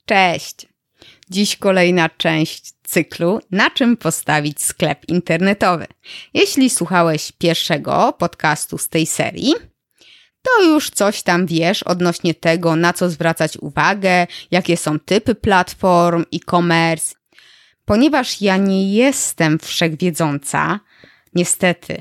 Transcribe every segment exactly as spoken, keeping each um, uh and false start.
Cześć! Dziś kolejna część cyklu Na czym postawić sklep internetowy. Jeśli słuchałeś pierwszego podcastu z tej serii, to już coś tam wiesz odnośnie tego, na co zwracać uwagę, jakie są typy platform e-commerce. Ponieważ ja nie jestem wszechwiedząca, niestety,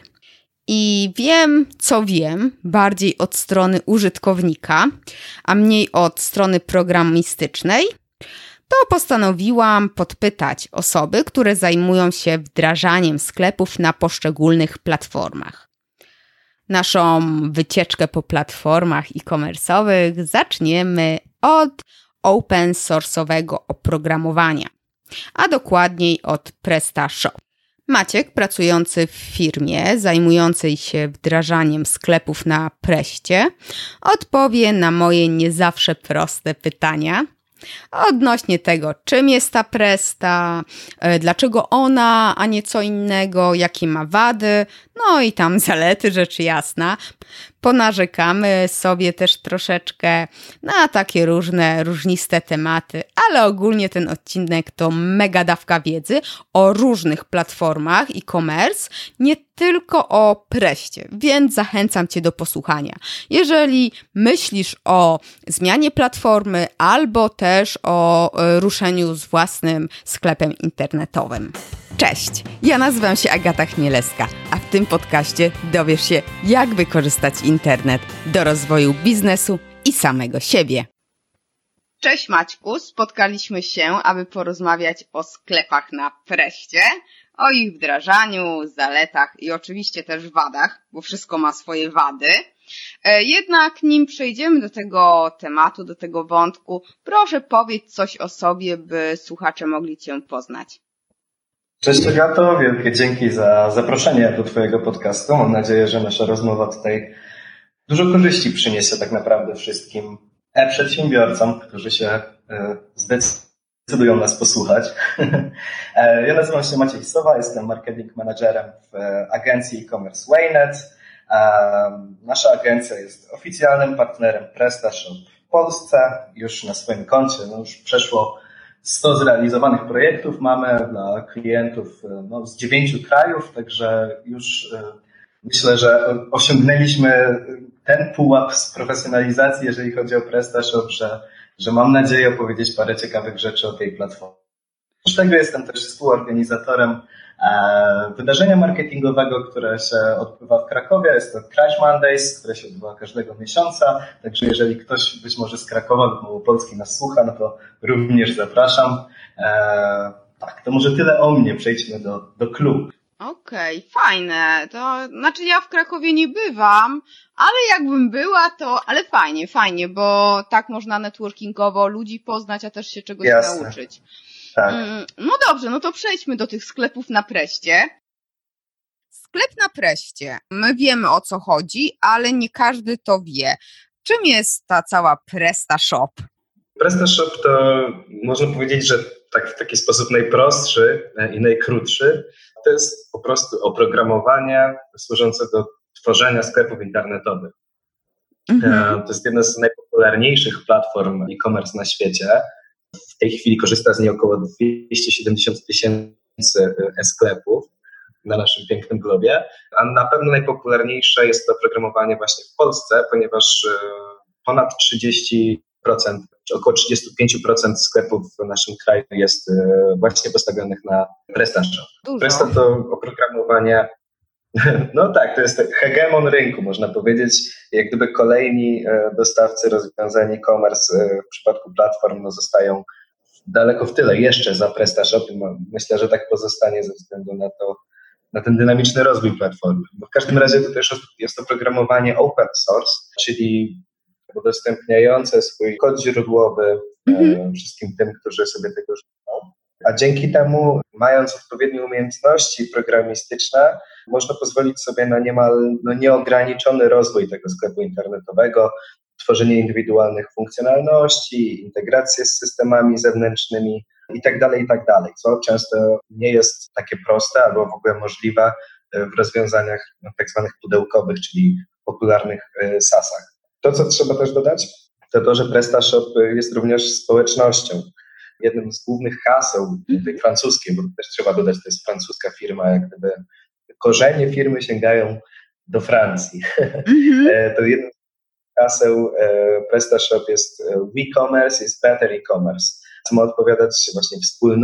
i wiem, co wiem, bardziej od strony użytkownika, a mniej od strony programistycznej, to postanowiłam podpytać osoby, które zajmują się wdrażaniem sklepów na poszczególnych platformach. Naszą wycieczkę po platformach e-commerce'owych zaczniemy od open source'owego oprogramowania, a dokładniej od PrestaShop. Maciek, pracujący w firmie zajmującej się wdrażaniem sklepów na Preście, odpowie na moje nie zawsze proste pytania odnośnie tego, czym jest ta Presta, dlaczego ona, a nie co innego, jakie ma wady, no i tam zalety, rzecz jasna. Ponarzekamy sobie też troszeczkę na takie różne, różniste tematy, ale ogólnie ten odcinek to mega dawka wiedzy o różnych platformach e-commerce, nie tylko o Preście, więc zachęcam Cię do posłuchania. Jeżeli myślisz o zmianie platformy albo też o ruszeniu z własnym sklepem internetowym. Cześć, ja nazywam się Agata Chmielewska, a w tym podcaście dowiesz się, jak wykorzystać internet do rozwoju biznesu i samego siebie. Cześć Maćku, spotkaliśmy się, aby porozmawiać o sklepach na Preście, o ich wdrażaniu, zaletach i oczywiście też wadach, bo wszystko ma swoje wady. Jednak nim przejdziemy do tego tematu, do tego wątku, proszę powiedz coś o sobie, by słuchacze mogli Cię poznać. Cześć Agato, wielkie dzięki za zaproszenie do Twojego podcastu. Mam nadzieję, że nasza rozmowa tutaj dużo korzyści przyniesie tak naprawdę wszystkim e-przedsiębiorcom, którzy się zdecydują nas posłuchać. Ja nazywam się Maciej Sowa, jestem marketing managerem w agencji e-commerce Waynet. Nasza agencja jest oficjalnym partnerem PrestaShop w Polsce. Już na swoim koncie no już przeszło sto zrealizowanych projektów mamy dla klientów no, z dziewięciu krajów, także już myślę, że osiągnęliśmy ten pułap z profesjonalizacji, jeżeli chodzi o PrestaShop, że, że mam nadzieję opowiedzieć parę ciekawych rzeczy o tej platformie. Oprócz tego jestem też współorganizatorem wydarzenia marketingowego, które się odbywa w Krakowie. Jest to Crash Mondays, które się odbywa każdego miesiąca. Także jeżeli ktoś być może z Krakowa lub Małopolski nas słucha, no to również zapraszam. Eee, tak, to może tyle o mnie. Przejdźmy do, do klubu. Okej, okay, fajne. To znaczy ja w Krakowie nie bywam, ale jakbym była, to ale fajnie, fajnie, bo tak można networkingowo ludzi poznać, a też się czegoś Jasne. nauczyć. Tak. No dobrze, no to przejdźmy do tych sklepów na Preście. Sklep na Preście. My wiemy, o co chodzi, ale nie każdy to wie. Czym jest ta cała PrestaShop? PrestaShop to można powiedzieć, że tak, w taki sposób najprostszy i najkrótszy. To jest po prostu oprogramowanie służące do tworzenia sklepów internetowych. Mhm. To jest jedna z najpopularniejszych platform e-commerce na świecie. W tej chwili korzysta z niej około dwieście siedemdziesiąt tysięcy e-sklepów na naszym pięknym globie, a na pewno najpopularniejsze jest to oprogramowanie właśnie w Polsce, ponieważ ponad trzydzieści procent, czy około trzydzieści pięć procent sklepów w naszym kraju jest właśnie postawionych na PrestaShop. Presta to oprogramowanie, no tak, to jest hegemon rynku, można powiedzieć. Jak gdyby kolejni dostawcy rozwiązań e-commerce w przypadku platform no, zostają daleko w tyle jeszcze za PrestaShop. Myślę, że tak pozostanie ze względu na to, na ten dynamiczny rozwój platformy. Bo w każdym razie to też jest oprogramowanie open source, czyli udostępniające swój kod źródłowy mm-hmm. wszystkim tym, którzy sobie tego używają. A dzięki temu, mając odpowiednie umiejętności programistyczne, można pozwolić sobie na niemal no, nieograniczony rozwój tego sklepu internetowego, tworzenie indywidualnych funkcjonalności, integrację z systemami zewnętrznymi itd., itd., co często nie jest takie proste albo w ogóle możliwe w rozwiązaniach no, tak zwanych pudełkowych, czyli popularnych SaaSach. To, co trzeba też dodać, to to, że PrestaShop jest również społecznością. Jednym z głównych haseł tej francuskiej, bo też trzeba dodać, to jest francuska firma, jak gdyby korzenie firmy sięgają do Francji. Mm-hmm. To jednym z haseł PrestaShop jest WeCommerce is better e-commerce, co ma odpowiadać właśnie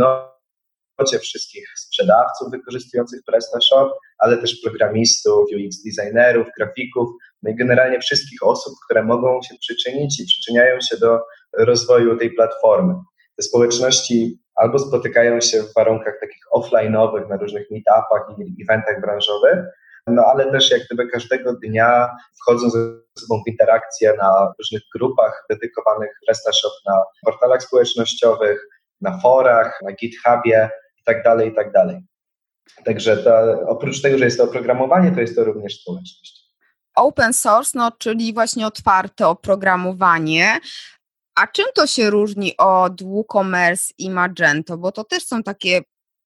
wspólnocie wszystkich sprzedawców wykorzystujących PrestaShop, ale też programistów, U X designerów, grafików, no i generalnie wszystkich osób, które mogą się przyczynić i przyczyniają się do rozwoju tej platformy. Te społeczności albo spotykają się w warunkach takich offline'owych na różnych meetupach i eventach branżowych, no ale też jak gdyby każdego dnia wchodzą ze sobą w interakcje na różnych grupach dedykowanych PrestaShop, na portalach społecznościowych, na forach, na GitHubie i tak dalej, i tak dalej. Także to, oprócz tego, że jest to oprogramowanie, to jest to również społeczność. Open source, no czyli właśnie otwarte oprogramowanie. A czym to się różni od WooCommerce i Magento? Bo to też są takie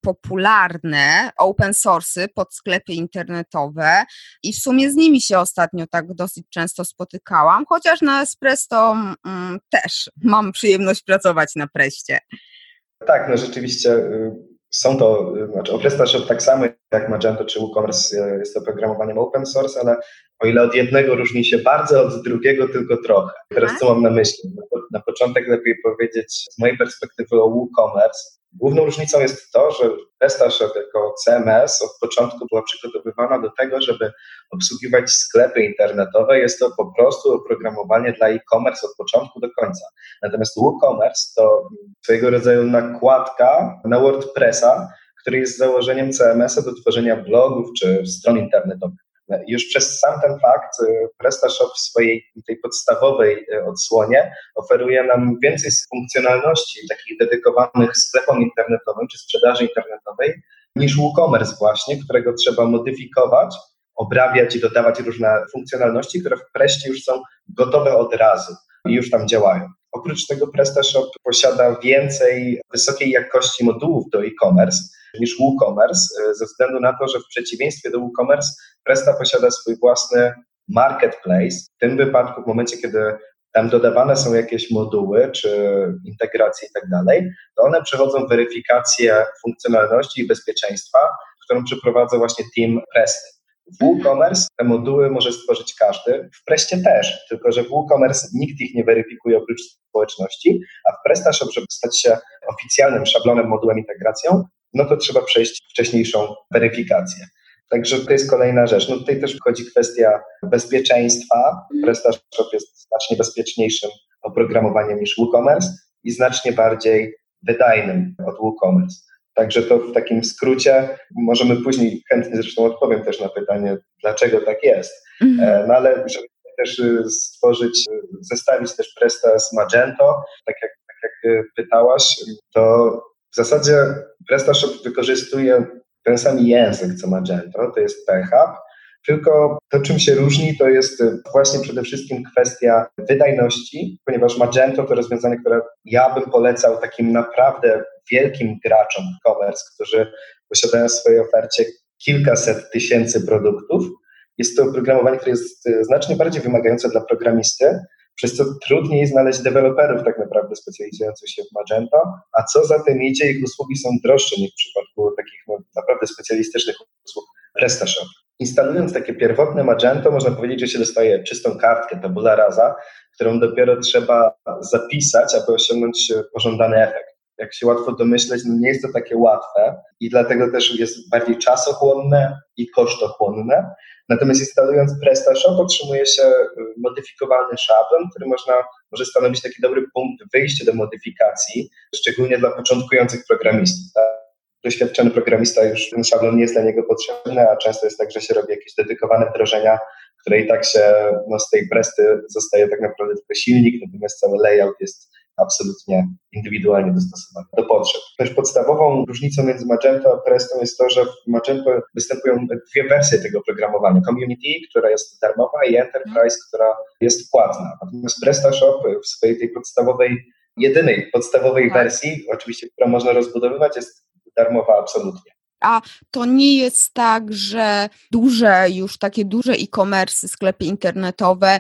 popularne open source'y pod sklepy internetowe i w sumie z nimi się ostatnio tak dosyć często spotykałam, chociaż na Espresso mm, też mam przyjemność pracować na Preście. Tak, no rzeczywiście y, są to, y, znaczy PrestaShop tak samo jak Magento czy WooCommerce y, jest to oprogramowaniem open source, ale o ile od jednego różni się bardzo, od drugiego tylko trochę. Teraz co mam na myśli? Na, na początek lepiej powiedzieć z mojej perspektywy o WooCommerce. Główną różnicą jest to, że PrestaShop jako C M S od początku była przygotowywana do tego, żeby obsługiwać sklepy internetowe. Jest to po prostu oprogramowanie dla e-commerce od początku do końca. Natomiast WooCommerce to swojego rodzaju nakładka na WordPressa, który jest założeniem C M S-a do tworzenia blogów czy stron internetowych. Już przez sam ten fakt PrestaShop w swojej tej podstawowej odsłonie oferuje nam więcej funkcjonalności takich dedykowanych sklepom internetowym czy sprzedaży internetowej niż WooCommerce właśnie, którego trzeba modyfikować, obrabiać i dodawać różne funkcjonalności, które w Preście już są gotowe od razu i już tam działają. Oprócz tego PrestaShop posiada więcej wysokiej jakości modułów do e-commerce niż WooCommerce, ze względu na to, że w przeciwieństwie do WooCommerce Presta posiada swój własny marketplace. W tym wypadku, w momencie, kiedy tam dodawane są jakieś moduły czy integracje i tak dalej, to one przechodzą weryfikację funkcjonalności i bezpieczeństwa, którą przeprowadza właśnie team Presty. W WooCommerce te moduły może stworzyć każdy, w Preście też, tylko że w WooCommerce nikt ich nie weryfikuje oprócz społeczności, a w PrestaShop, żeby stać się oficjalnym szablonem, modułem, integracją, no to trzeba przejść wcześniejszą weryfikację. Także to jest kolejna rzecz. No tutaj też wchodzi kwestia bezpieczeństwa. PrestaShop jest znacznie bezpieczniejszym oprogramowaniem niż WooCommerce i znacznie bardziej wydajnym od WooCommerce. Także to w takim skrócie, możemy później, chętnie zresztą odpowiem też na pytanie, dlaczego tak jest. Mm-hmm. No ale żeby też stworzyć, zestawić też Presta z Magento, tak jak, tak jak pytałaś, to w zasadzie PrestaShop wykorzystuje ten sam język co Magento, to jest P H P, tylko to, czym się różni, to jest właśnie przede wszystkim kwestia wydajności, ponieważ Magento to rozwiązanie, które ja bym polecał takim naprawdę wielkim graczom e-commerce, którzy posiadają w swojej ofercie kilkaset tysięcy produktów. Jest to oprogramowanie, które jest znacznie bardziej wymagające dla programisty, przez co trudniej znaleźć deweloperów tak naprawdę specjalizujących się w Magento, a co za tym idzie, ich usługi są droższe niż w przypadku takich no, naprawdę specjalistycznych usług PrestaShop. Instalując takie pierwotne Magento, można powiedzieć, że się dostaje czystą kartkę tabula rasa, którą dopiero trzeba zapisać, aby osiągnąć pożądany efekt. Jak się łatwo domyśleć, no nie jest to takie łatwe i dlatego też jest bardziej czasochłonne i kosztochłonne. Natomiast instalując PrestaShop otrzymuje się modyfikowalny szablon, który można, może stanowić taki dobry punkt wyjścia do modyfikacji, szczególnie dla początkujących programistów. Tak? Doświadczony programista już ten szablon nie jest dla niego potrzebny, a często jest tak, że się robi jakieś dedykowane wdrożenia, które i tak się no, z tej Presty zostaje tak naprawdę tylko silnik, natomiast cały layout jest absolutnie indywidualnie dostosowany do potrzeb. Też podstawową różnicą między Magento a Prestą jest to, że w Magento występują dwie wersje tego oprogramowania. Community, która jest darmowa, i Enterprise, która jest płatna. Natomiast PrestaShop w swojej tej podstawowej, jedynej podstawowej wersji, oczywiście, którą można rozbudowywać, jest darmowa absolutnie. A to nie jest tak, że duże, już takie duże e-commerce, sklepy internetowe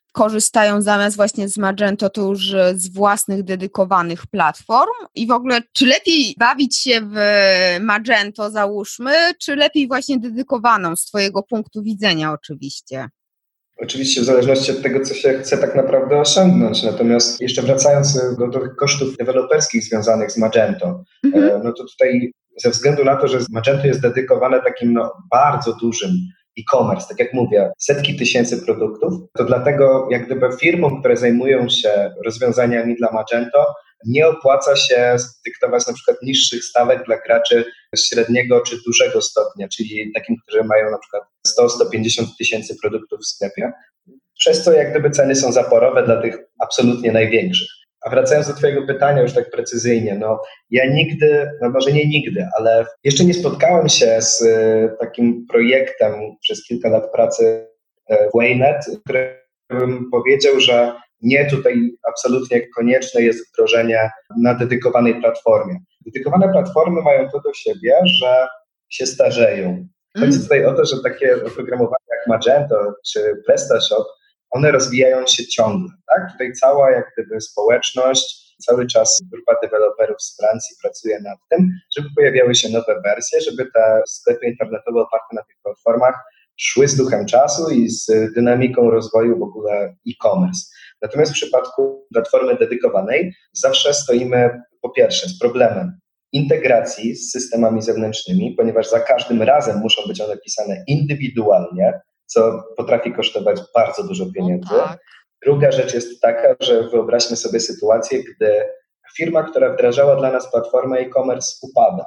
korzystają zamiast właśnie z Magento to już z własnych dedykowanych platform i w ogóle czy lepiej bawić się w Magento załóżmy, czy lepiej właśnie dedykowaną z twojego punktu widzenia oczywiście? Oczywiście w zależności od tego, co się chce tak naprawdę osiągnąć. Natomiast jeszcze wracając do, do kosztów deweloperskich związanych z Magento, mhm. no to tutaj ze względu na to, że Magento jest dedykowane takim no, bardzo dużym e-commerce, tak jak mówię, setki tysięcy produktów, to dlatego jak gdyby firmom, które zajmują się rozwiązaniami dla Magento, nie opłaca się dyktować na przykład niższych stawek dla graczy średniego czy dużego stopnia, czyli takim, którzy mają na przykład sto do stu pięćdziesięciu tysięcy produktów w sklepie, przez co jak gdyby ceny są zaporowe dla tych absolutnie największych. A wracając do twojego pytania już tak precyzyjnie, no ja nigdy, no może nie nigdy, ale jeszcze nie spotkałem się z y, takim projektem przez kilka lat pracy y, w Waynet, który bym powiedział, że nie, tutaj absolutnie konieczne jest wdrożenie na dedykowanej platformie. Dedykowane platformy mają to do siebie, że się starzeją. Chodzi mm. tutaj o to, że takie oprogramowania jak Magento czy PrestaShop, one rozwijają się ciągle. Tak? Tutaj cała jak gdyby społeczność, cały czas grupa deweloperów z Francji pracuje nad tym, żeby pojawiały się nowe wersje, żeby te sklepy internetowe oparte na tych platformach szły z duchem czasu i z dynamiką rozwoju w ogóle e-commerce. Natomiast w przypadku platformy dedykowanej zawsze stoimy po pierwsze z problemem integracji z systemami zewnętrznymi, ponieważ za każdym razem muszą być one pisane indywidualnie, co potrafi kosztować bardzo dużo pieniędzy. No tak. Druga rzecz jest taka, że wyobraźmy sobie sytuację, gdy firma, która wdrażała dla nas platformę e-commerce upada.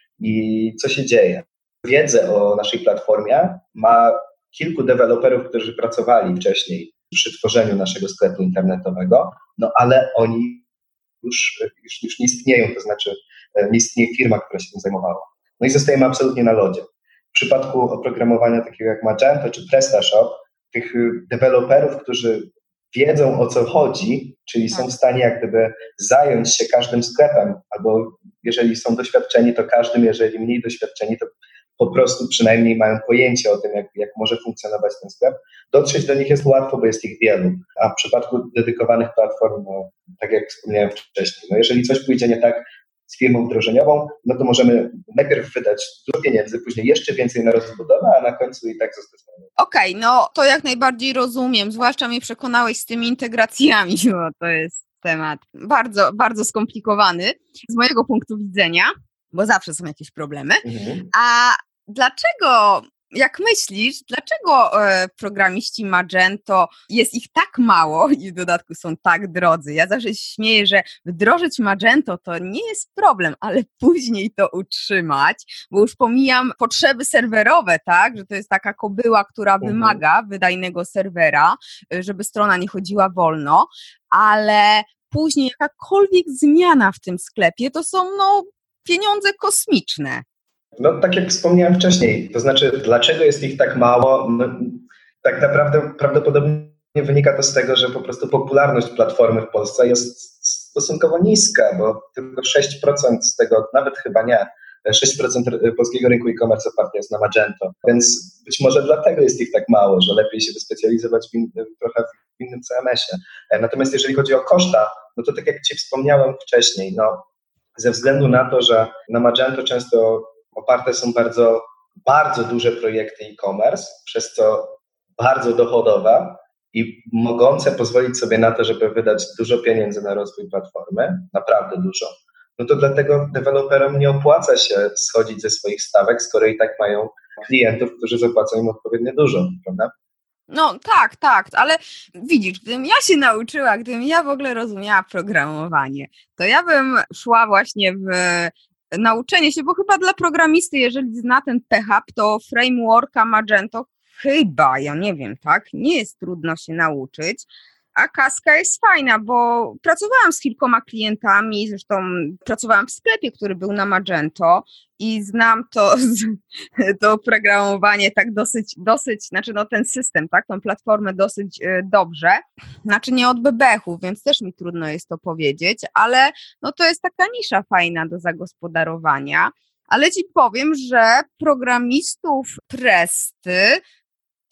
I co się dzieje? Wiedzę o naszej platformie ma kilku deweloperów, którzy pracowali wcześniej przy tworzeniu naszego sklepu internetowego, no ale oni już, już, już nie istnieją, to znaczy nie istnieje firma, która się tym zajmowała. No i zostajemy absolutnie na lodzie. W przypadku oprogramowania takiego jak Magento czy PrestaShop, tych deweloperów, którzy wiedzą o co chodzi, czyli są w stanie jak gdyby zająć się każdym sklepem, albo jeżeli są doświadczeni, to każdym, jeżeli mniej doświadczeni, to po prostu przynajmniej mają pojęcie o tym, jak, jak może funkcjonować ten sklep. Dotrzeć do nich jest łatwo, bo jest ich wielu, a w przypadku dedykowanych platform, no, tak jak wspomniałem wcześniej, no jeżeli coś pójdzie nie tak z firmą wdrożeniową, no to możemy najpierw wydać dużo pieniędzy, później jeszcze więcej na rozbudowę, a na końcu i tak zostać. Okej, okay, no to jak najbardziej rozumiem, zwłaszcza mnie przekonałeś z tymi integracjami, bo to jest temat bardzo, bardzo skomplikowany z mojego punktu widzenia, bo zawsze są jakieś problemy. Mhm. A dlaczego, jak myślisz, dlaczego e, programiści Magento jest ich tak mało i w dodatku są tak drodzy? Ja zawsze się śmieję, że wdrożyć Magento to nie jest problem, ale później to utrzymać, bo już pomijam potrzeby serwerowe, tak, że to jest taka kobyła, która mhm. wymaga wydajnego serwera, żeby strona nie chodziła wolno, ale później jakakolwiek zmiana w tym sklepie to są no pieniądze kosmiczne. No tak jak wspomniałem wcześniej, to znaczy dlaczego jest ich tak mało, no, tak naprawdę prawdopodobnie wynika to z tego, że po prostu popularność platformy w Polsce jest stosunkowo niska, bo tylko sześć procent z tego, nawet chyba nie, sześć procent polskiego rynku e-commerce oparty jest na Magento, więc być może dlatego jest ich tak mało, że lepiej się wyspecjalizować w in, trochę w innym C M S ie. Natomiast jeżeli chodzi o koszta, no to tak jak Ci wspomniałem wcześniej, no ze względu na to, że na Magento często oparte są bardzo, bardzo duże projekty e-commerce, przez co bardzo dochodowe i mogące pozwolić sobie na to, żeby wydać dużo pieniędzy na rozwój platformy, naprawdę dużo, no to dlatego deweloperom nie opłaca się schodzić ze swoich stawek, skoro i tak mają klientów, którzy zapłacą im odpowiednio dużo, prawda? No tak, tak, ale widzisz, gdybym ja się nauczyła, gdybym ja w ogóle rozumiała programowanie, to ja bym szła właśnie w nauczenie się, bo chyba dla programisty, jeżeli zna ten P H P, to frameworka Magento chyba, ja nie wiem, tak, nie jest trudno się nauczyć, a Kaska jest fajna, bo pracowałam z kilkoma klientami, zresztą pracowałam w sklepie, który był na Magento i znam to, to oprogramowanie tak dosyć, dosyć, znaczy no ten system, tak, tą platformę dosyć y, dobrze, znaczy nie od bebechów, więc też mi trudno jest to powiedzieć, ale no to jest taka nisza fajna do zagospodarowania, ale Ci powiem, że programistów Presty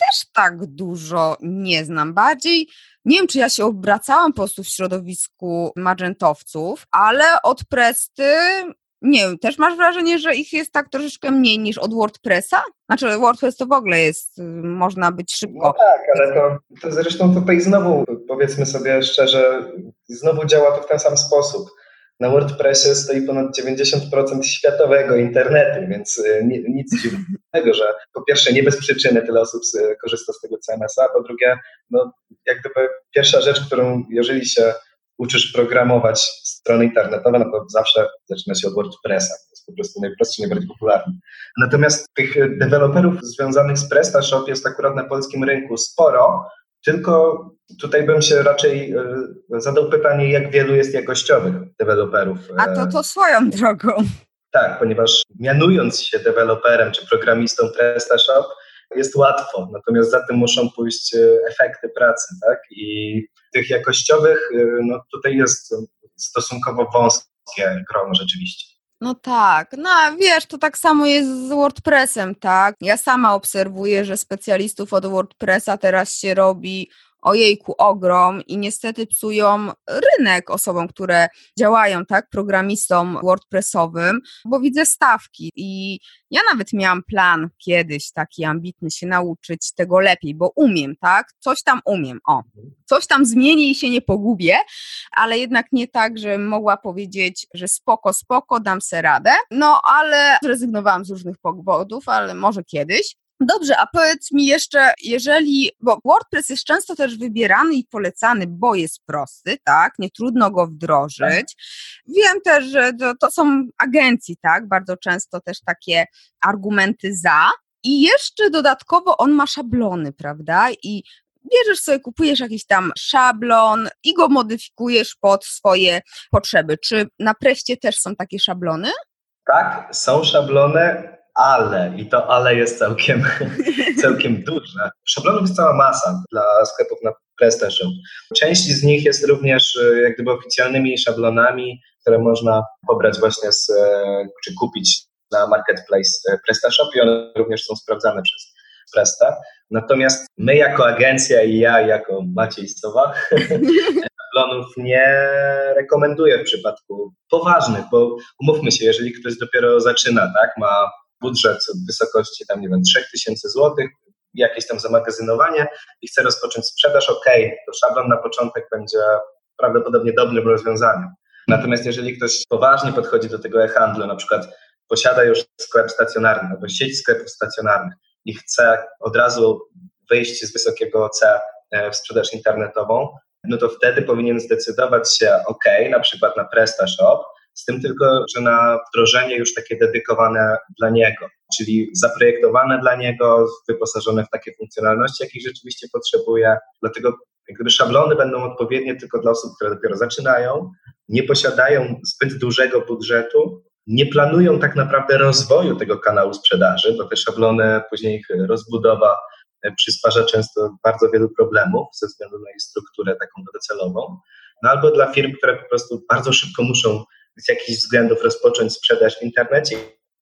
też tak dużo nie znam. Bardziej nie wiem, czy ja się obracałam po prostu w środowisku magentowców, ale od Presty, nie wiem, też masz wrażenie, że ich jest tak troszeczkę mniej niż od WordPressa? Znaczy WordPress to w ogóle jest, można być szybko. No tak, ale to, to zresztą tutaj znowu, powiedzmy sobie szczerze, znowu działa to w ten sam sposób. Na WordPressie stoi ponad dziewięćdziesiąt procent światowego internetu, więc nic dziwnego, że po pierwsze nie bez przyczyny tyle osób korzysta z tego C M S-a, a po drugie, no jak gdyby pierwsza rzecz, którą jeżeli się uczysz programować strony internetowe, no to zawsze zaczyna się od WordPressa. To jest po prostu najprostszy, najbardziej popularny. Natomiast tych deweloperów związanych z PrestaShop jest akurat na polskim rynku sporo, tylko tutaj bym się raczej zadał pytanie, jak wielu jest jakościowych deweloperów. A to to swoją drogą. Tak, ponieważ mianując się deweloperem czy programistą PrestaShop jest łatwo, natomiast za tym muszą pójść efekty pracy, tak? I tych jakościowych, no tutaj jest stosunkowo wąskie grono rzeczywiście. No tak, no wiesz, to tak samo jest z WordPressem, tak? Ja sama obserwuję, że specjalistów od WordPressa teraz się robi ojejku ogrom i niestety psują rynek osobom, które działają, tak, programistom WordPressowym, bo widzę stawki i ja nawet miałam plan kiedyś taki ambitny się nauczyć tego lepiej, bo umiem, tak, coś tam umiem, o, coś tam zmienię i się nie pogubię, ale jednak nie tak, że mogła powiedzieć, że spoko, spoko, dam se radę, no ale zrezygnowałam z różnych powodów, ale może kiedyś. Dobrze, a powiedz mi jeszcze, jeżeli, bo WordPress jest często też wybierany i polecany, bo jest prosty, tak, nie trudno go wdrożyć. Wiem też, że to, to są agencji, tak, bardzo często też takie argumenty za i jeszcze dodatkowo on ma szablony, prawda, i bierzesz sobie, kupujesz jakiś tam szablon i go modyfikujesz pod swoje potrzeby. Czy na Preście też są takie szablony? Tak, są szablony, ale, i to ale jest całkiem, całkiem duże. Szablonów jest cała masa dla sklepów na PrestaShop. Część z nich jest również jak gdyby oficjalnymi szablonami, które można pobrać właśnie z, czy kupić na marketplace PrestaShop i one również są sprawdzane przez Presta. Natomiast my jako agencja i ja jako Maciej Sowa szablonów nie rekomenduję w przypadku poważnych, bo umówmy się, jeżeli ktoś dopiero zaczyna, tak, ma budżet w wysokości tam, nie wiem, trzy tysiące złotych, jakieś tam zamagazynowanie i chce rozpocząć sprzedaż, ok, to szablon na początek będzie prawdopodobnie dobrym rozwiązaniem. Natomiast jeżeli ktoś poważnie podchodzi do tego e-handlu, na przykład posiada już sklep stacjonarny albo sieć sklepów stacjonarnych i chce od razu wyjść z wysokiego C w sprzedaż internetową, no to wtedy powinien zdecydować się, ok, na przykład na PrestaShop, z tym tylko, że na wdrożenie już takie dedykowane dla niego, czyli zaprojektowane dla niego, wyposażone w takie funkcjonalności, jakich rzeczywiście potrzebuje. Dlatego jak gdyby szablony będą odpowiednie tylko dla osób, które dopiero zaczynają, nie posiadają zbyt dużego budżetu, nie planują tak naprawdę rozwoju tego kanału sprzedaży, bo te szablony, później ich rozbudowa przysparza często bardzo wielu problemów ze względu na ich strukturę taką docelową. No albo dla firm, które po prostu bardzo szybko muszą z jakichś względów rozpocząć sprzedaż w internecie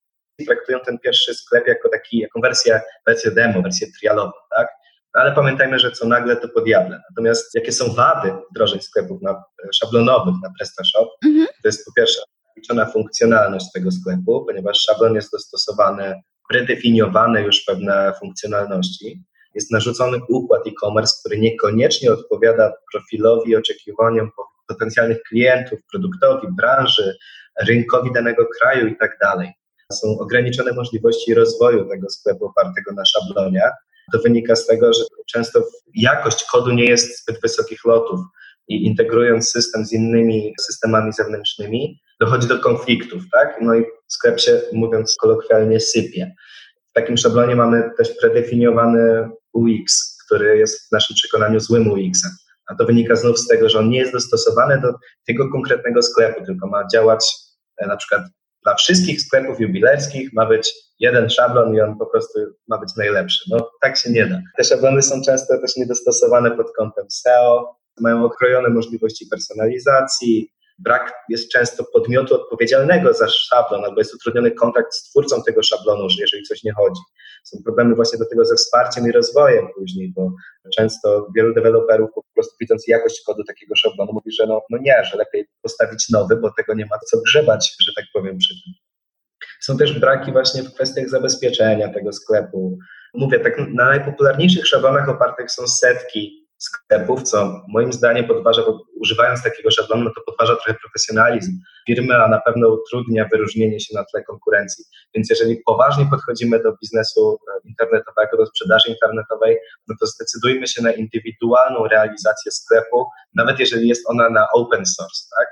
i traktują ten pierwszy sklep jako taki, jako wersję, wersję demo, wersję trialową, tak? No ale pamiętajmy, że co nagle to po diable. Natomiast jakie są wady wdrożeń sklepów na, szablonowych na PrestaShop, mhm. To jest po pierwsze liczona funkcjonalność tego sklepu, ponieważ szablon jest dostosowany, predefiniowane już pewne funkcjonalności. Jest narzucony układ e-commerce, który niekoniecznie odpowiada profilowi i oczekiwaniom potencjalnych klientów, produktowi, branży, rynkowi danego kraju i tak dalej. Są ograniczone możliwości rozwoju tego sklepu opartego na szablonie. To wynika z tego, że często jakość kodu nie jest zbyt wysokich lotów i integrując system z innymi systemami zewnętrznymi, dochodzi do konfliktów, tak? No i sklep się, mówiąc kolokwialnie, sypie. W takim szablonie mamy też predefiniowany U X, który jest w naszym przekonaniu złym U X-em. A to wynika znów z tego, że on nie jest dostosowany do tego konkretnego sklepu, tylko ma działać na przykład dla wszystkich sklepów jubilerskich, ma być jeden szablon i on po prostu ma być najlepszy. No tak się nie da. Te szablony są często też niedostosowane pod kątem S E O, mają okrojone możliwości personalizacji, brak jest często podmiotu odpowiedzialnego za szablon, albo jest utrudniony kontakt z twórcą tego szablonu, że jeżeli coś nie chodzi. Są problemy właśnie do tego ze wsparciem i rozwojem później, bo często wielu deweloperów po prostu widząc jakość kodu takiego szablonu mówi, że no, no nie, że lepiej postawić nowy, bo tego nie ma co grzebać, że tak powiem przy tym. Są też braki właśnie w kwestiach zabezpieczenia tego sklepu. Mówię, tak na najpopularniejszych szablonach opartych są setki sklepów, co moim zdaniem podważa, bo używając takiego szablonu, no to podważa trochę profesjonalizm firmy, a na pewno utrudnia wyróżnienie się na tle konkurencji. Więc jeżeli poważnie podchodzimy do biznesu internetowego, do sprzedaży internetowej, no to zdecydujmy się na indywidualną realizację sklepu, nawet jeżeli jest ona na open source, tak?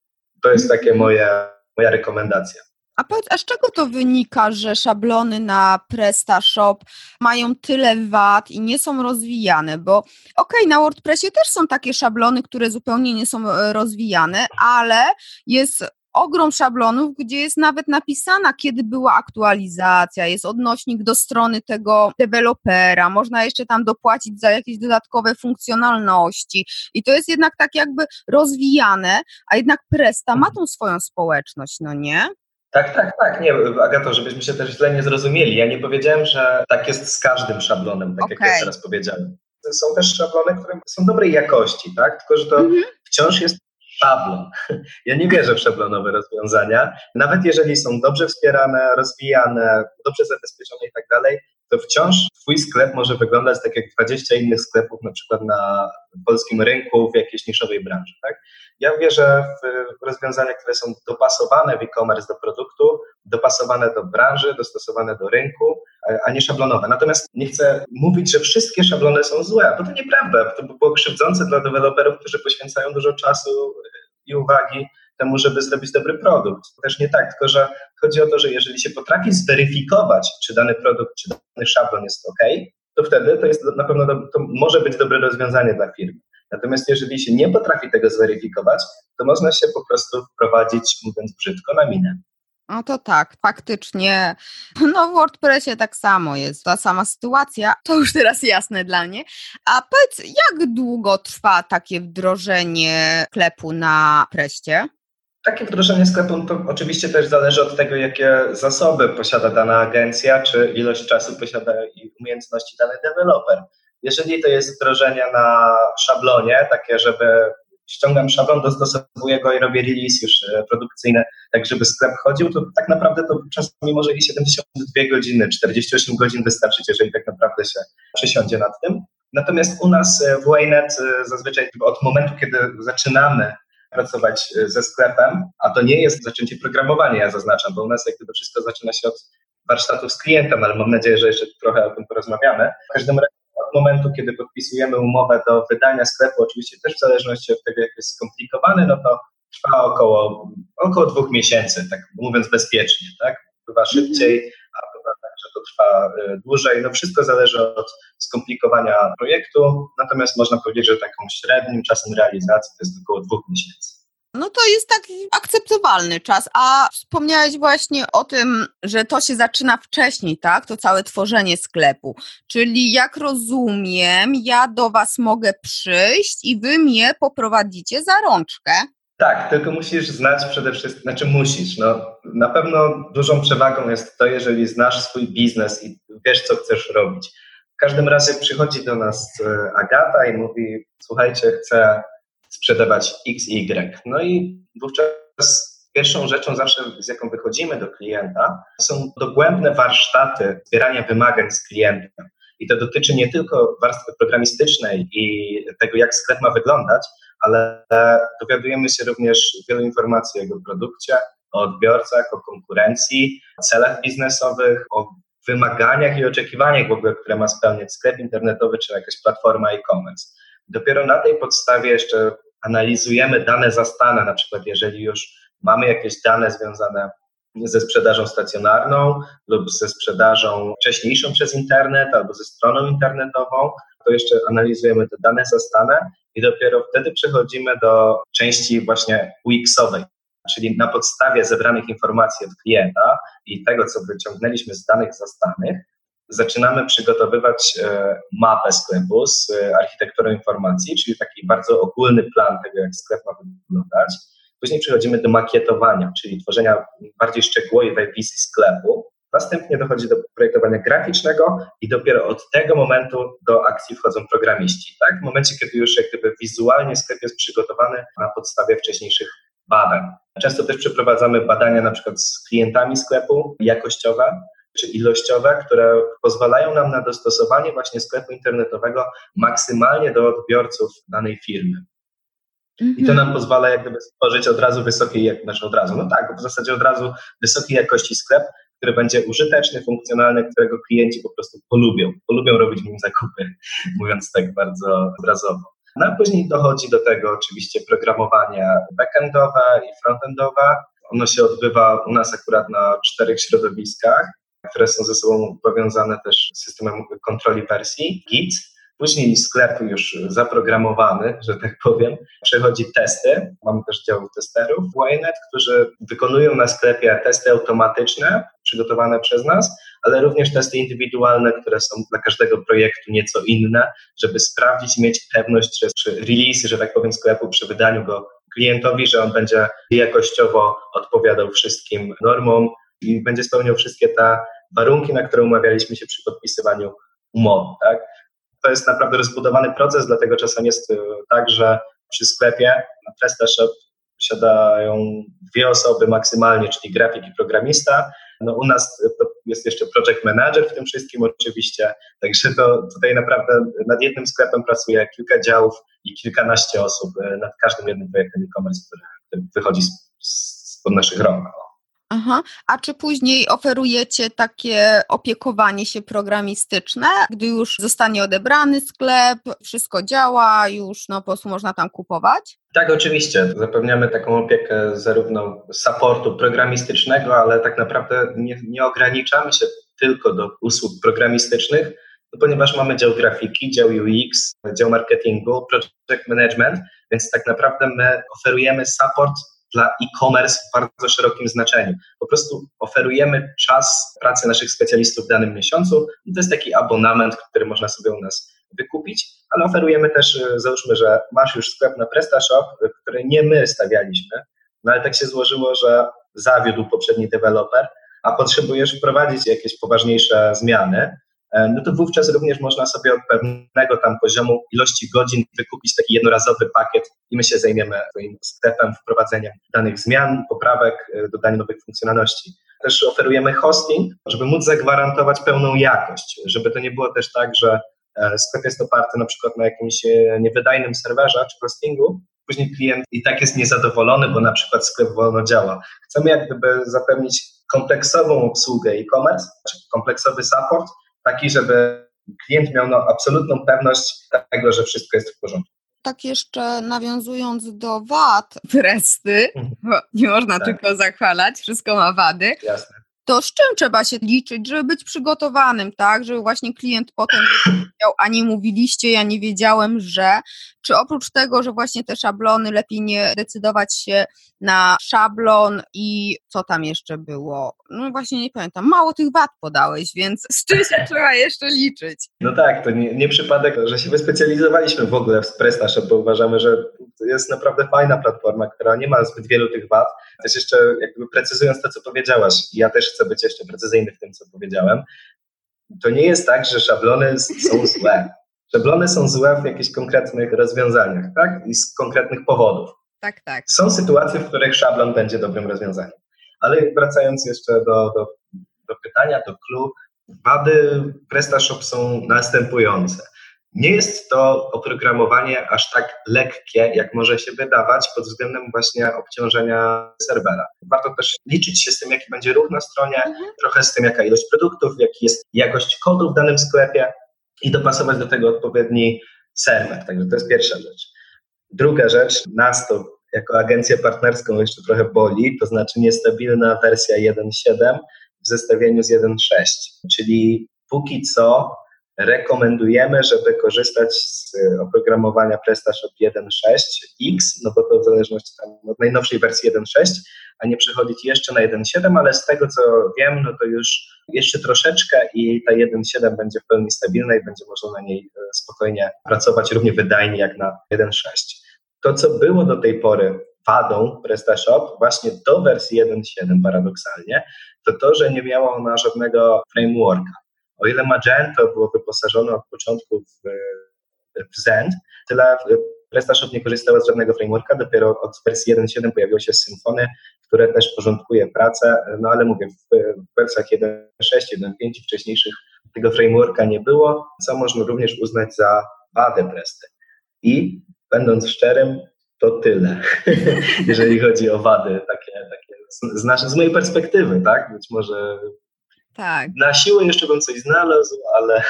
To jest takie moje, moja rekomendacja. A powiedz, a z czego to wynika, że szablony na PrestaShop mają tyle wad i nie są rozwijane? Bo okej, okay, na WordPressie też są takie szablony, które zupełnie nie są rozwijane, ale jest ogrom szablonów, gdzie jest nawet napisana, kiedy była aktualizacja, jest odnośnik do strony tego dewelopera, można jeszcze tam dopłacić za jakieś dodatkowe funkcjonalności i to jest jednak tak jakby rozwijane, a jednak Presta ma tą swoją społeczność, no nie? Tak, tak, tak. Nie, Agato, żebyśmy się też źle nie zrozumieli. Ja nie powiedziałem, że tak jest z każdym szablonem, tak okay. jak ja teraz powiedziałem. Są też szablony, które są dobrej jakości, tak? Tylko, że to mm-hmm. wciąż jest szablon. Ja nie wierzę w szablonowe rozwiązania. Nawet jeżeli są dobrze wspierane, rozwijane, dobrze zabezpieczone i tak dalej, to wciąż twój sklep może wyglądać tak jak dwadzieścia innych sklepów, na przykład na polskim rynku w jakiejś niszowej branży, tak? Ja wierzę w rozwiązania, które są dopasowane w e-commerce do produktu, dopasowane do branży, dostosowane do rynku, a nie szablonowe. Natomiast nie chcę mówić, że wszystkie szablony są złe, bo to nieprawda. To by było krzywdzące dla deweloperów, którzy poświęcają dużo czasu i uwagi temu, żeby zrobić dobry produkt. To też nie tak, tylko że chodzi o to, że jeżeli się potrafi zweryfikować, czy dany produkt, czy dany szablon jest ok, to wtedy to jest na pewno do, to może być dobre rozwiązanie dla firmy. Natomiast jeżeli się nie potrafi tego zweryfikować, to można się po prostu wprowadzić, mówiąc brzydko, na minę. No to tak, faktycznie. No w WordPressie tak samo jest, ta sama sytuacja, to już teraz jasne dla mnie. A powiedz, jak długo trwa takie wdrożenie sklepu na Preście? Takie wdrożenie sklepu to oczywiście też zależy od tego, jakie zasoby posiada dana agencja, czy ilość czasu posiada i umiejętności dany deweloper. Jeżeli to jest wdrożenie na szablonie, takie, żeby ściągam szablon, dostosowuję go i robię release już produkcyjny, tak żeby sklep chodził, to tak naprawdę to czasami może i siedemdziesiąt dwie godziny, czterdzieści osiem godzin wystarczyć, jeżeli tak naprawdę się przysiądzie nad tym. Natomiast u nas w Waynet zazwyczaj od momentu, kiedy zaczynamy pracować ze sklepem, a to nie jest zaczęcie programowania, ja zaznaczam, bo u nas jakby to wszystko zaczyna się od warsztatów z klientem, ale mam nadzieję, że jeszcze trochę o tym porozmawiamy. W każdym razie od momentu, kiedy podpisujemy umowę do wydania sklepu, oczywiście też w zależności od tego, jak jest skomplikowany, no to trwa około, około dwóch miesięcy, tak mówiąc bezpiecznie, tak? Bywa szybciej, a bywa tak, że to trwa dłużej. No wszystko zależy od skomplikowania projektu, natomiast można powiedzieć, że taką średnim czasem realizacji to jest około dwóch miesięcy. No to jest taki akceptowalny czas, a wspomniałeś właśnie o tym, że to się zaczyna wcześniej, tak? To całe tworzenie sklepu, czyli jak rozumiem, ja do was mogę przyjść i wy mnie poprowadzicie za rączkę. Tak, tylko musisz znać przede wszystkim, znaczy musisz, no na pewno dużą przewagą jest to, jeżeli znasz swój biznes i wiesz, co chcesz robić. W każdym razie przychodzi do nas Agata i mówi, słuchajcie, chcę sprzedawać X, Y. No i wówczas pierwszą rzeczą zawsze, z jaką wychodzimy do klienta, są dogłębne warsztaty zbierania wymagań z klienta. I to dotyczy nie tylko warstwy programistycznej i tego, jak sklep ma wyglądać, ale dowiadujemy się również wielu informacji o jego produkcie, o odbiorcach, o konkurencji, o celach biznesowych, o wymaganiach i oczekiwaniach w ogóle, które ma spełniać sklep internetowy czy jakaś platforma e-commerce. Dopiero na tej podstawie jeszcze analizujemy dane zastane, na przykład jeżeli już mamy jakieś dane związane ze sprzedażą stacjonarną lub ze sprzedażą wcześniejszą przez internet albo ze stroną internetową, to jeszcze analizujemy te dane zastane i dopiero wtedy przechodzimy do części właśnie U X-owej, czyli na podstawie zebranych informacji od klienta i tego, co wyciągnęliśmy z danych zastanych, zaczynamy przygotowywać mapę sklepu z architekturą informacji, czyli taki bardzo ogólny plan tego, jak sklep ma wyglądać. Później przechodzimy do makietowania, czyli tworzenia bardziej szczegółowej wizji sklepu. Następnie dochodzi do projektowania graficznego i dopiero od tego momentu do akcji wchodzą programiści. Tak? W momencie, kiedy już jak gdyby wizualnie sklep jest przygotowany na podstawie wcześniejszych badań. Często też przeprowadzamy badania na przykład z klientami sklepu jakościowe czy ilościowe, które pozwalają nam na dostosowanie właśnie sklepu internetowego maksymalnie do odbiorców danej firmy. I to nam pozwala jak gdyby stworzyć od razu wysokiej, jak znaczy od razu, no tak, w zasadzie od razu wysokiej jakości sklep, który będzie użyteczny, funkcjonalny, którego klienci po prostu polubią. Polubią robić w nim zakupy, mówiąc tak bardzo obrazowo. No a później dochodzi do tego oczywiście programowania backendowe i frontendowe. Ono się odbywa u nas akurat na czterech środowiskach, które są ze sobą powiązane też systemem kontroli wersji Git. Później sklep już zaprogramowany, że tak powiem, przechodzi testy. Mamy też dział testerów w Y Net, którzy wykonują na sklepie testy automatyczne, przygotowane przez nas, ale również testy indywidualne, które są dla każdego projektu nieco inne, żeby sprawdzić i mieć pewność, że przy release, że tak powiem, sklepu, przy wydaniu go klientowi, że on będzie jakościowo odpowiadał wszystkim normom i będzie spełniał wszystkie te warunki, na które umawialiśmy się przy podpisywaniu umowy, tak? To jest naprawdę rozbudowany proces, dlatego czasem jest tak, że przy sklepie na PrestaShop posiadają dwie osoby maksymalnie, czyli grafik i programista. No u nas jest jeszcze project manager w tym wszystkim oczywiście, także to tutaj naprawdę nad jednym sklepem pracuje kilka działów i kilkanaście osób nad każdym jednym projektem e-commerce, który wychodzi spod naszych rąk. Aha. A czy później oferujecie takie opiekowanie się programistyczne, gdy już zostanie odebrany sklep, wszystko działa, już no po prostu można tam kupować? Tak, oczywiście. Zapewniamy taką opiekę zarówno supportu programistycznego, ale tak naprawdę nie, nie ograniczamy się tylko do usług programistycznych, no ponieważ mamy dział grafiki, dział U X, dział marketingu, project management, więc tak naprawdę my oferujemy support dla e-commerce w bardzo szerokim znaczeniu. Po prostu oferujemy czas pracy naszych specjalistów w danym miesiącu i to jest taki abonament, który można sobie u nas wykupić, ale oferujemy też, załóżmy, że masz już sklep na PrestaShop, który nie my stawialiśmy, no ale tak się złożyło, że zawiódł poprzedni deweloper, a potrzebujesz wprowadzić jakieś poważniejsze zmiany, no to wówczas również można sobie od pewnego tam poziomu ilości godzin wykupić taki jednorazowy pakiet i my się zajmiemy swoim sklepem, wprowadzeniem danych zmian, poprawek, dodania nowych funkcjonalności. Też oferujemy hosting, żeby móc zagwarantować pełną jakość, żeby to nie było też tak, że sklep jest oparty na przykład na jakimś niewydajnym serwerze czy hostingu, później klient i tak jest niezadowolony, bo na przykład sklep wolno działa. Chcemy jak gdyby zapewnić kompleksową obsługę e-commerce, czy kompleksowy support, taki, żeby klient miał no, absolutną pewność tego, że wszystko jest w porządku. Tak jeszcze nawiązując do wad Presty, bo nie można tak. tylko zachwalać, wszystko ma wady. Jasne. To z czym trzeba się liczyć, żeby być przygotowanym, tak? Żeby właśnie klient potem nie powiedział, a nie mówiliście, ja nie wiedziałem, że... Czy oprócz tego, że właśnie te szablony, lepiej nie decydować się na szablon i co tam jeszcze było? No właśnie nie pamiętam, mało tych wad podałeś, więc z czym się trzeba jeszcze liczyć? No tak, to nie, nie przypadek, że się wyspecjalizowaliśmy w ogóle w PrestaShop, bo uważamy, że to jest naprawdę fajna platforma, która nie ma zbyt wielu tych wad. Też jeszcze jakby precyzując to, co powiedziałaś, ja też chcę być jeszcze precyzyjny w tym, co powiedziałem. To nie jest tak, że szablony są złe. Szablony są złe w jakichś konkretnych rozwiązaniach, tak? I z konkretnych powodów. Tak, tak. Są sytuacje, w których szablon będzie dobrym rozwiązaniem. Ale wracając jeszcze do, do, do pytania, do clue, wady PrestaShop są następujące. Nie jest to oprogramowanie aż tak lekkie, jak może się wydawać pod względem właśnie obciążenia serwera. Warto też liczyć się z tym, jaki będzie ruch na stronie, mhm. trochę z tym, jaka ilość produktów, jaka jest jakość kodu w danym sklepie i dopasować do tego odpowiedni serwer. Także to jest pierwsza rzecz. Druga rzecz, nas to jako agencję partnerską jeszcze trochę boli, to znaczy niestabilna wersja jeden siedem w zestawieniu z jeden sześć, czyli póki co rekomendujemy, żeby korzystać z oprogramowania PrestaShop jeden sześć X, no bo to w zależności tam od najnowszej wersji jeden sześć, a nie przechodzić jeszcze na jeden siedem, ale z tego co wiem, no to już jeszcze troszeczkę i ta jeden siedem będzie w pełni stabilna i będzie można na niej spokojnie pracować równie wydajnie jak na jeden sześć. To, co było do tej pory wadą PrestaShop właśnie do wersji jeden siedem paradoksalnie, to to, że nie miała ona żadnego frameworka. O ile Magento było wyposażone od początku w, w Zend, tyle PrestaShop nie korzystała z żadnego frameworka, dopiero od wersji jeden siedem pojawiło się Symfony, które też porządkuje pracę, no ale mówię, w wersjach jeden sześć, jeden pięć i wcześniejszych tego frameworka nie było, co można również uznać za wadę Presty. I będąc szczerym, to tyle, jeżeli chodzi o wady takie, takie z, nasz, z mojej perspektywy, tak? Być może tak. Na siłę jeszcze bym coś znalazł, ale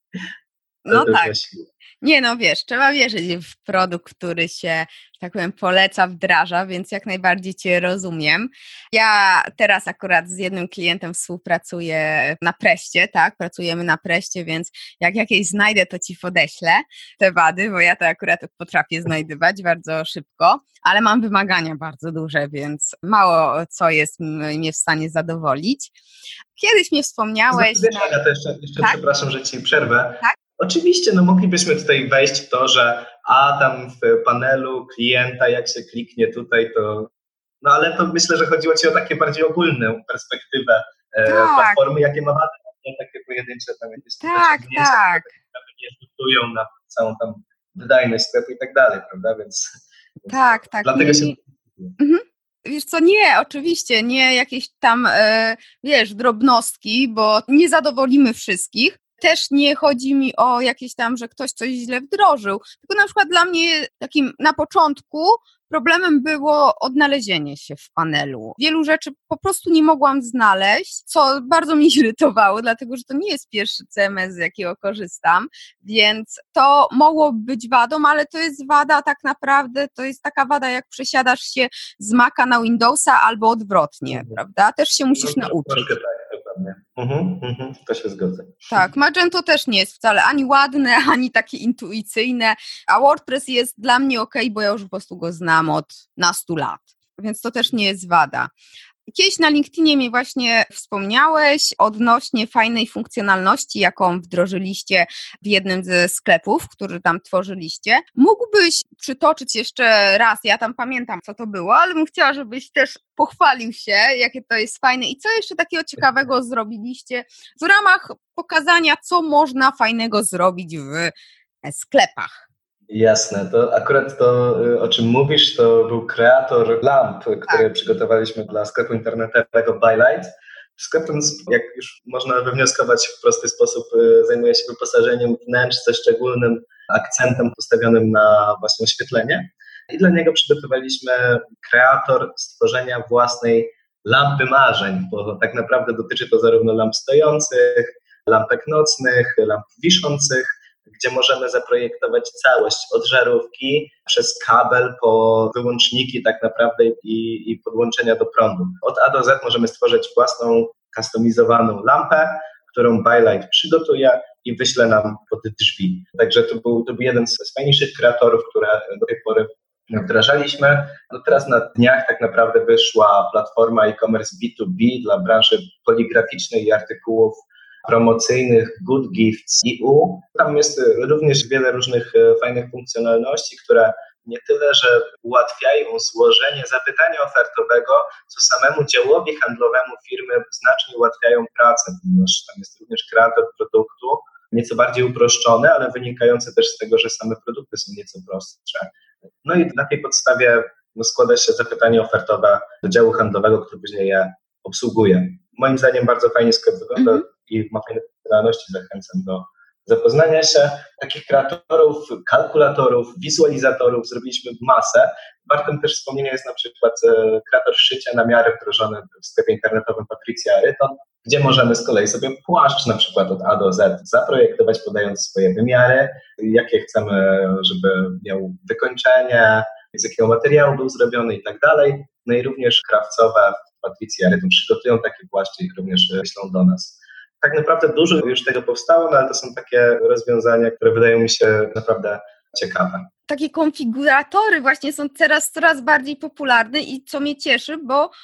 no to tak. na siłę. Nie no, wiesz, trzeba wierzyć w produkt, który się, że tak powiem, poleca, wdraża, więc jak najbardziej Cię rozumiem. Ja teraz akurat z jednym klientem współpracuję na Preście, tak, pracujemy na Preście, więc jak jakieś znajdę, to Ci podeślę te wady, bo ja to akurat potrafię znajdywać bardzo szybko, ale mam wymagania bardzo duże, więc mało co jest mnie w stanie zadowolić. Kiedyś mnie wspomniałeś... Wiesz, Aga, to jeszcze, jeszcze tak? przepraszam, że Ci przerwę. Tak? Oczywiście, no moglibyśmy tutaj wejść w to, że a tam w panelu klienta, jak się kliknie tutaj, to... No ale to myślę, że chodziło Ci o takie bardziej ogólną perspektywę e, tak. platformy, jakie ma wady, nie takie pojedyncze tam jakieś tak, tak. które nie rzutują na całą tam wydajność sklepu i tak dalej, prawda? Więc tak, tak. Dlatego nie, się... Mhm. Wiesz co, nie, oczywiście, nie jakieś tam, e, wiesz, drobnostki, bo nie zadowolimy wszystkich. Też nie chodzi mi o jakieś tam, że ktoś coś źle wdrożył, tylko na przykład dla mnie takim na początku problemem było odnalezienie się w panelu. Wielu rzeczy po prostu nie mogłam znaleźć, co bardzo mnie irytowało, dlatego że to nie jest pierwszy C M S, z jakiego korzystam, więc to mogło być wadą, ale to jest wada tak naprawdę, to jest taka wada, jak przesiadasz się z Maca na Windowsa albo odwrotnie, mhm. prawda? Też się musisz no, nauczyć. Troszkę tak, dokładnie. Mhm, mhm, to się zgodzę. Tak, Magento też nie jest wcale ani ładne, ani takie intuicyjne, a WordPress jest dla mnie ok, bo ja już po prostu go znam od nastu lat, więc to też nie jest wada. Kiedyś na LinkedInie mi właśnie wspomniałeś odnośnie fajnej funkcjonalności, jaką wdrożyliście w jednym ze sklepów, który tam tworzyliście. Mógłbyś przytoczyć jeszcze raz, ja tam pamiętam, co to było, ale bym chciała, żebyś też pochwalił się, jakie to jest fajne i co jeszcze takiego ciekawego zrobiliście w ramach pokazania, co można fajnego zrobić w sklepach. Jasne, to akurat to, o czym mówisz, to był kreator lamp, który tak. przygotowaliśmy dla sklepu internetowego Bylight. Sklep ten, jak już można wywnioskować w prosty sposób, zajmuje się wyposażeniem wnętrz ze szczególnym akcentem postawionym na właśnie oświetlenie. I dla niego przygotowaliśmy kreator stworzenia własnej lampy marzeń, bo tak naprawdę dotyczy to zarówno lamp stojących, lampek nocnych, lamp wiszących, gdzie możemy zaprojektować całość od żarówki przez kabel po wyłączniki tak naprawdę i, i podłączenia do prądu. Od A do Z możemy stworzyć własną, kustomizowaną lampę, którą Bylight przygotuje i wyśle nam pod drzwi. Także to był, to był jeden z fajniejszych kreatorów, które do tej pory wdrażaliśmy. No teraz na dniach tak naprawdę wyszła platforma e-commerce B dwa B dla branży poligraficznej i artykułów promocyjnych Good Gifts kropka e u. Tam jest również wiele różnych fajnych funkcjonalności, które nie tyle, że ułatwiają złożenie zapytania ofertowego, co samemu działowi handlowemu firmy znacznie ułatwiają pracę, ponieważ tam jest również kreator produktu, nieco bardziej uproszczony, ale wynikający też z tego, że same produkty są nieco prostsze. No i na tej podstawie no, składa się zapytanie ofertowe do działu handlowego, który później je obsługuje. Moim zdaniem bardzo fajnie sklep wygląda mm-hmm. i ma fajne funkcjonalności, zachęcam do zapoznania się. Takich kreatorów, kalkulatorów, wizualizatorów zrobiliśmy masę. Wartym też wspomnienia jest na przykład kreator szycia na miarę wdrożony w sklepie internetowym Patrycja Ryton, gdzie możemy z kolei sobie płaszcz na przykład od A do Z zaprojektować, podając swoje wymiary, jakie chcemy, żeby miał wykończenie, z jakiego materiału był zrobiony i tak dalej. No i również krawcowe Patrycja Ryton przygotują takie płaszcze i również wyślą do nas. Tak naprawdę dużo już tego powstało, no ale to są takie rozwiązania, które wydają mi się naprawdę ciekawe. Takie konfiguratory właśnie są teraz coraz bardziej popularne i co mnie cieszy, bo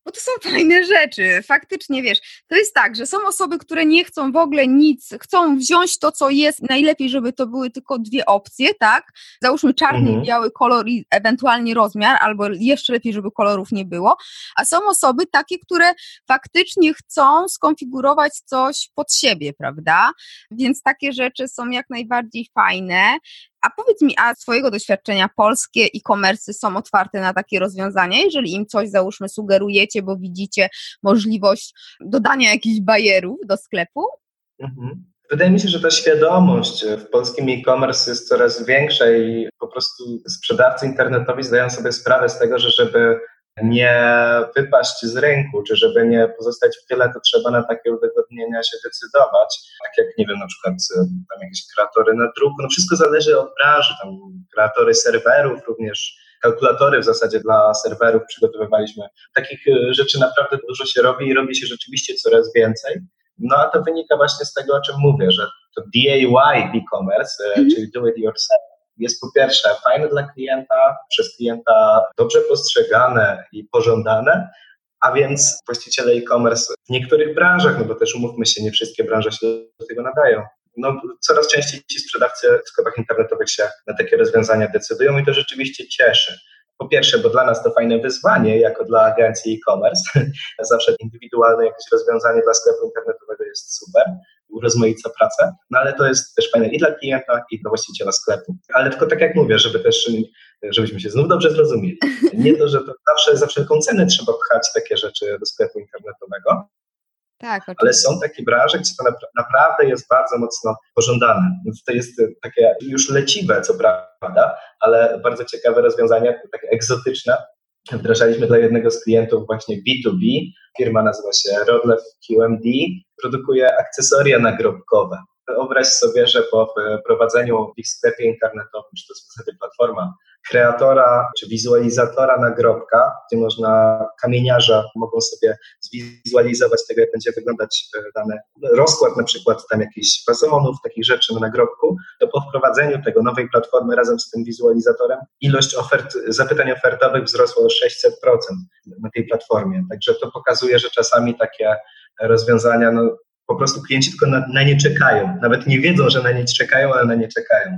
Bo to są fajne rzeczy, faktycznie, wiesz, to jest tak, że są osoby, które nie chcą w ogóle nic, chcą wziąć to, co jest, najlepiej, żeby to były tylko dwie opcje, tak, załóżmy czarny Mhm. i biały kolor i ewentualnie rozmiar, albo jeszcze lepiej, żeby kolorów nie było, a są osoby takie, które faktycznie chcą skonfigurować coś pod siebie, prawda, więc takie rzeczy są jak najbardziej fajne. A powiedz mi, a z twojego doświadczenia polskie e-commerce są otwarte na takie rozwiązania, jeżeli im coś, załóżmy, sugerujecie, bo widzicie możliwość dodania jakichś bajerów do sklepu? Mhm. Wydaje mi się, że ta świadomość w polskim e-commerce jest coraz większa i po prostu sprzedawcy internetowi zdają sobie sprawę z tego, że żeby nie wypaść z rynku, czy żeby nie pozostać w tyle, to trzeba na takie udogodnienia się decydować. Tak jak, nie wiem, na przykład tam jakieś kreatory na druku, no wszystko zależy od branży, tam kreatory serwerów, również kalkulatory w zasadzie dla serwerów przygotowywaliśmy. Takich rzeczy naprawdę dużo się robi i robi się rzeczywiście coraz więcej. No a to wynika właśnie z tego, o czym mówię, że to D I Y e-commerce, mm-hmm. czyli do it yourself, jest po pierwsze fajne dla klienta, przez klienta dobrze postrzegane i pożądane, a więc właściciele e-commerce w niektórych branżach, no bo też umówmy się, nie wszystkie branże się do tego nadają. No, coraz częściej ci sprzedawcy w sklepach internetowych się na takie rozwiązania decydują i to rzeczywiście cieszy. Po pierwsze, bo dla nas to fajne wyzwanie, jako dla agencji e-commerce. Zawsze indywidualne jakieś rozwiązanie dla sklepu internetowego jest super, urozmaica pracę, no ale to jest też fajne i dla klienta, i dla właściciela sklepu. Ale tylko tak jak mówię, żeby też, żebyśmy się znów dobrze zrozumieli. Nie to, że to zawsze za wszelką cenę trzeba pchać takie rzeczy do sklepu internetowego, Tak, oczywiście. Ale są takie branże, gdzie to naprawdę jest bardzo mocno pożądane. Więc to jest takie już leciwe, co prawda, ale bardzo ciekawe rozwiązania, takie egzotyczne. Wdrażaliśmy dla jednego z klientów właśnie B dwa B. Firma nazywa się Rodlew Q M D. Produkuje akcesoria nagrobkowe. Wyobraź sobie, że po prowadzeniu w ich sklepie internetowym, czy to jest w zasadzie platforma kreatora czy wizualizatora nagrobka, gdzie można, kamieniarze mogą sobie zwizualizować tego, jak będzie wyglądać dany rozkład, na przykład tam jakichś wazonów, takich rzeczy na nagrobku, to po wprowadzeniu tego nowej platformy razem z tym wizualizatorem ilość ofert, zapytań ofertowych wzrosła o sześćset procent na tej platformie. Także to pokazuje, że czasami takie rozwiązania, no, po prostu klienci tylko na, na nie czekają. Nawet nie wiedzą, że na nie czekają, ale na nie czekają.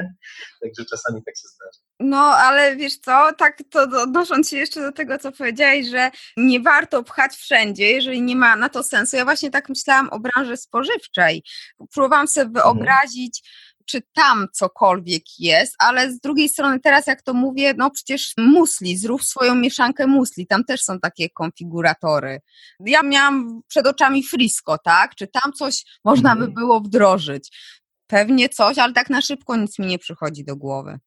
Także czasami tak się zdarza. No, ale wiesz co, tak to odnosząc się jeszcze do tego, co powiedziałeś, że nie warto pchać wszędzie, jeżeli nie ma na to sensu. Ja właśnie tak myślałam o branży spożywczej. Próbowałam sobie wyobrazić, mhm. czy tam cokolwiek jest, ale z drugiej strony teraz jak to mówię, no przecież musli, zrób swoją mieszankę musli, tam też są takie konfiguratory. Ja miałam przed oczami Frisco, tak? Czy tam coś można mhm. by było wdrożyć? Pewnie coś, ale tak na szybko nic mi nie przychodzi do głowy.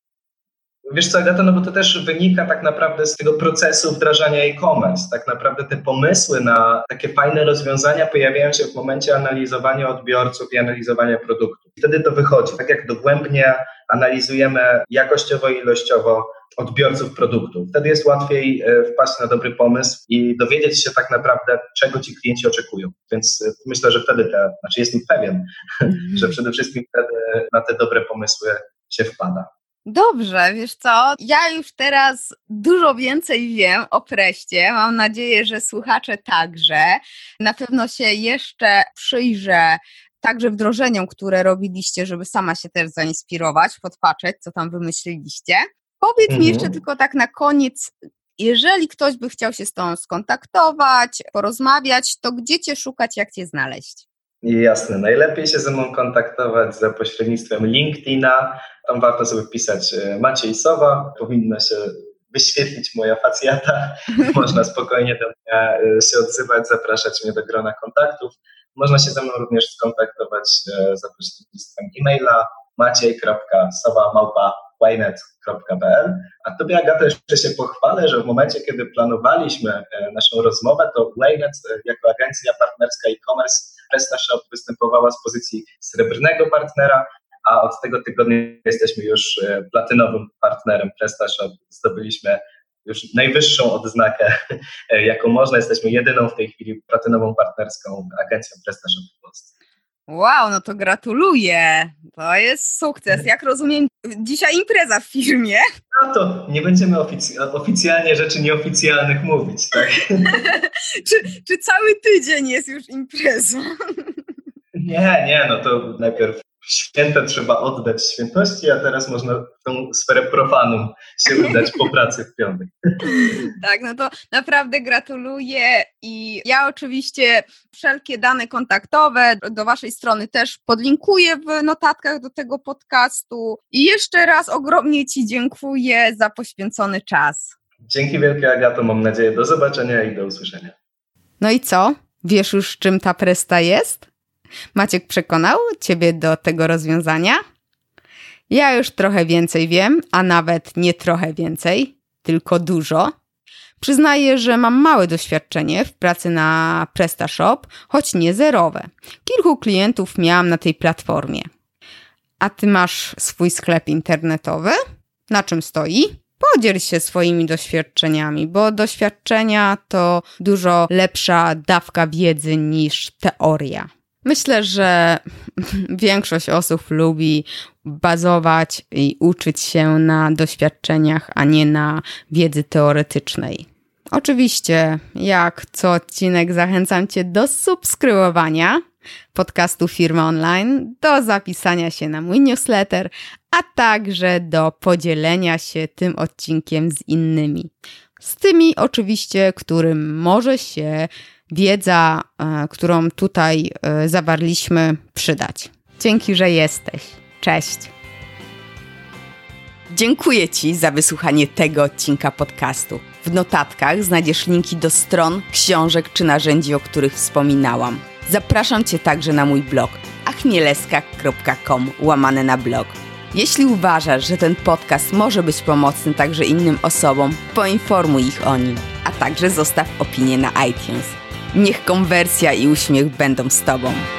Wiesz co, Agata, no bo to też wynika tak naprawdę z tego procesu wdrażania e-commerce. Tak naprawdę te pomysły na takie fajne rozwiązania pojawiają się w momencie analizowania odbiorców i analizowania produktów. Wtedy to wychodzi. Tak jak dogłębnie analizujemy jakościowo i ilościowo odbiorców produktów. Wtedy jest łatwiej wpaść na dobry pomysł i dowiedzieć się tak naprawdę, czego ci klienci oczekują. Więc myślę, że wtedy, te, znaczy jestem pewien, że przede wszystkim wtedy na te dobre pomysły się wpada. Dobrze, wiesz co, ja już teraz dużo więcej wiem o Preście, mam nadzieję, że słuchacze także. Na pewno się jeszcze przyjrzę także wdrożeniom, które robiliście, żeby sama się też zainspirować, podpatrzeć, co tam wymyśliliście. Powiedz mhm. mi jeszcze tylko tak na koniec, jeżeli ktoś by chciał się z Tobą skontaktować, porozmawiać, to gdzie Cię szukać, jak Cię znaleźć? Jasne, najlepiej się ze mną kontaktować za pośrednictwem LinkedIna. Tam warto sobie wpisać Maciej Sowa, powinna się wyświetlić moja facjata. Można spokojnie do mnie się odzywać, zapraszać mnie do grona kontaktów. Można się ze mną również skontaktować za pośrednictwem e-maila maciej kropka sowa małpa ynet kropka p l. A Tobie, Agata, jeszcze się pochwalę, że w momencie, kiedy planowaliśmy naszą rozmowę, to Ynet jako agencja partnerska e-commerce PrestaShop występowała z pozycji srebrnego partnera, a od tego tygodnia jesteśmy już platynowym partnerem PrestaShop. Zdobyliśmy już najwyższą odznakę, jaką można. Jesteśmy jedyną w tej chwili platynową partnerską agencją PrestaShop w Polsce. Wow, no to gratuluję. To jest sukces. Jak rozumiem, dzisiaj impreza w firmie. No to nie będziemy ofic- oficjalnie rzeczy nieoficjalnych mówić, tak? czy, czy cały tydzień jest już imprezą? Nie, nie, no to najpierw święta trzeba oddać świętości, a teraz można w tą sferę profanum się udać po pracy w piątek. Tak, no to naprawdę gratuluję i ja oczywiście wszelkie dane kontaktowe do waszej strony też podlinkuję w notatkach do tego podcastu i jeszcze raz ogromnie ci dziękuję za poświęcony czas. Dzięki wielkie, Agato, mam nadzieję do zobaczenia i do usłyszenia. No i co? Wiesz już, czym ta Presta jest? Maciek przekonał ciebie do tego rozwiązania? Ja już trochę więcej wiem, a nawet nie trochę więcej, tylko dużo. Przyznaję, że mam małe doświadczenie w pracy na PrestaShop, choć nie zerowe. Kilku klientów miałam na tej platformie. A ty masz swój sklep internetowy? Na czym stoi? Podziel się swoimi doświadczeniami, bo doświadczenia to dużo lepsza dawka wiedzy niż teoria. Myślę, że większość osób lubi bazować i uczyć się na doświadczeniach, a nie na wiedzy teoretycznej. Oczywiście, jak co odcinek, zachęcam Cię do subskrybowania podcastu Firma Online, do zapisania się na mój newsletter, a także do podzielenia się tym odcinkiem z innymi. Z tymi oczywiście, którym może się wiedza, którą tutaj zawarliśmy, przydać. Dzięki, że jesteś. Cześć. Dziękuję Ci za wysłuchanie tego odcinka podcastu. W notatkach znajdziesz linki do stron, książek czy narzędzi, o których wspominałam. Zapraszam Cię także na mój blog achmieleska kropka com łamane na blog. Jeśli uważasz, że ten podcast może być pomocny także innym osobom, poinformuj ich o nim, a także zostaw opinię na iTunes. Niech konwersja i uśmiech będą z Tobą.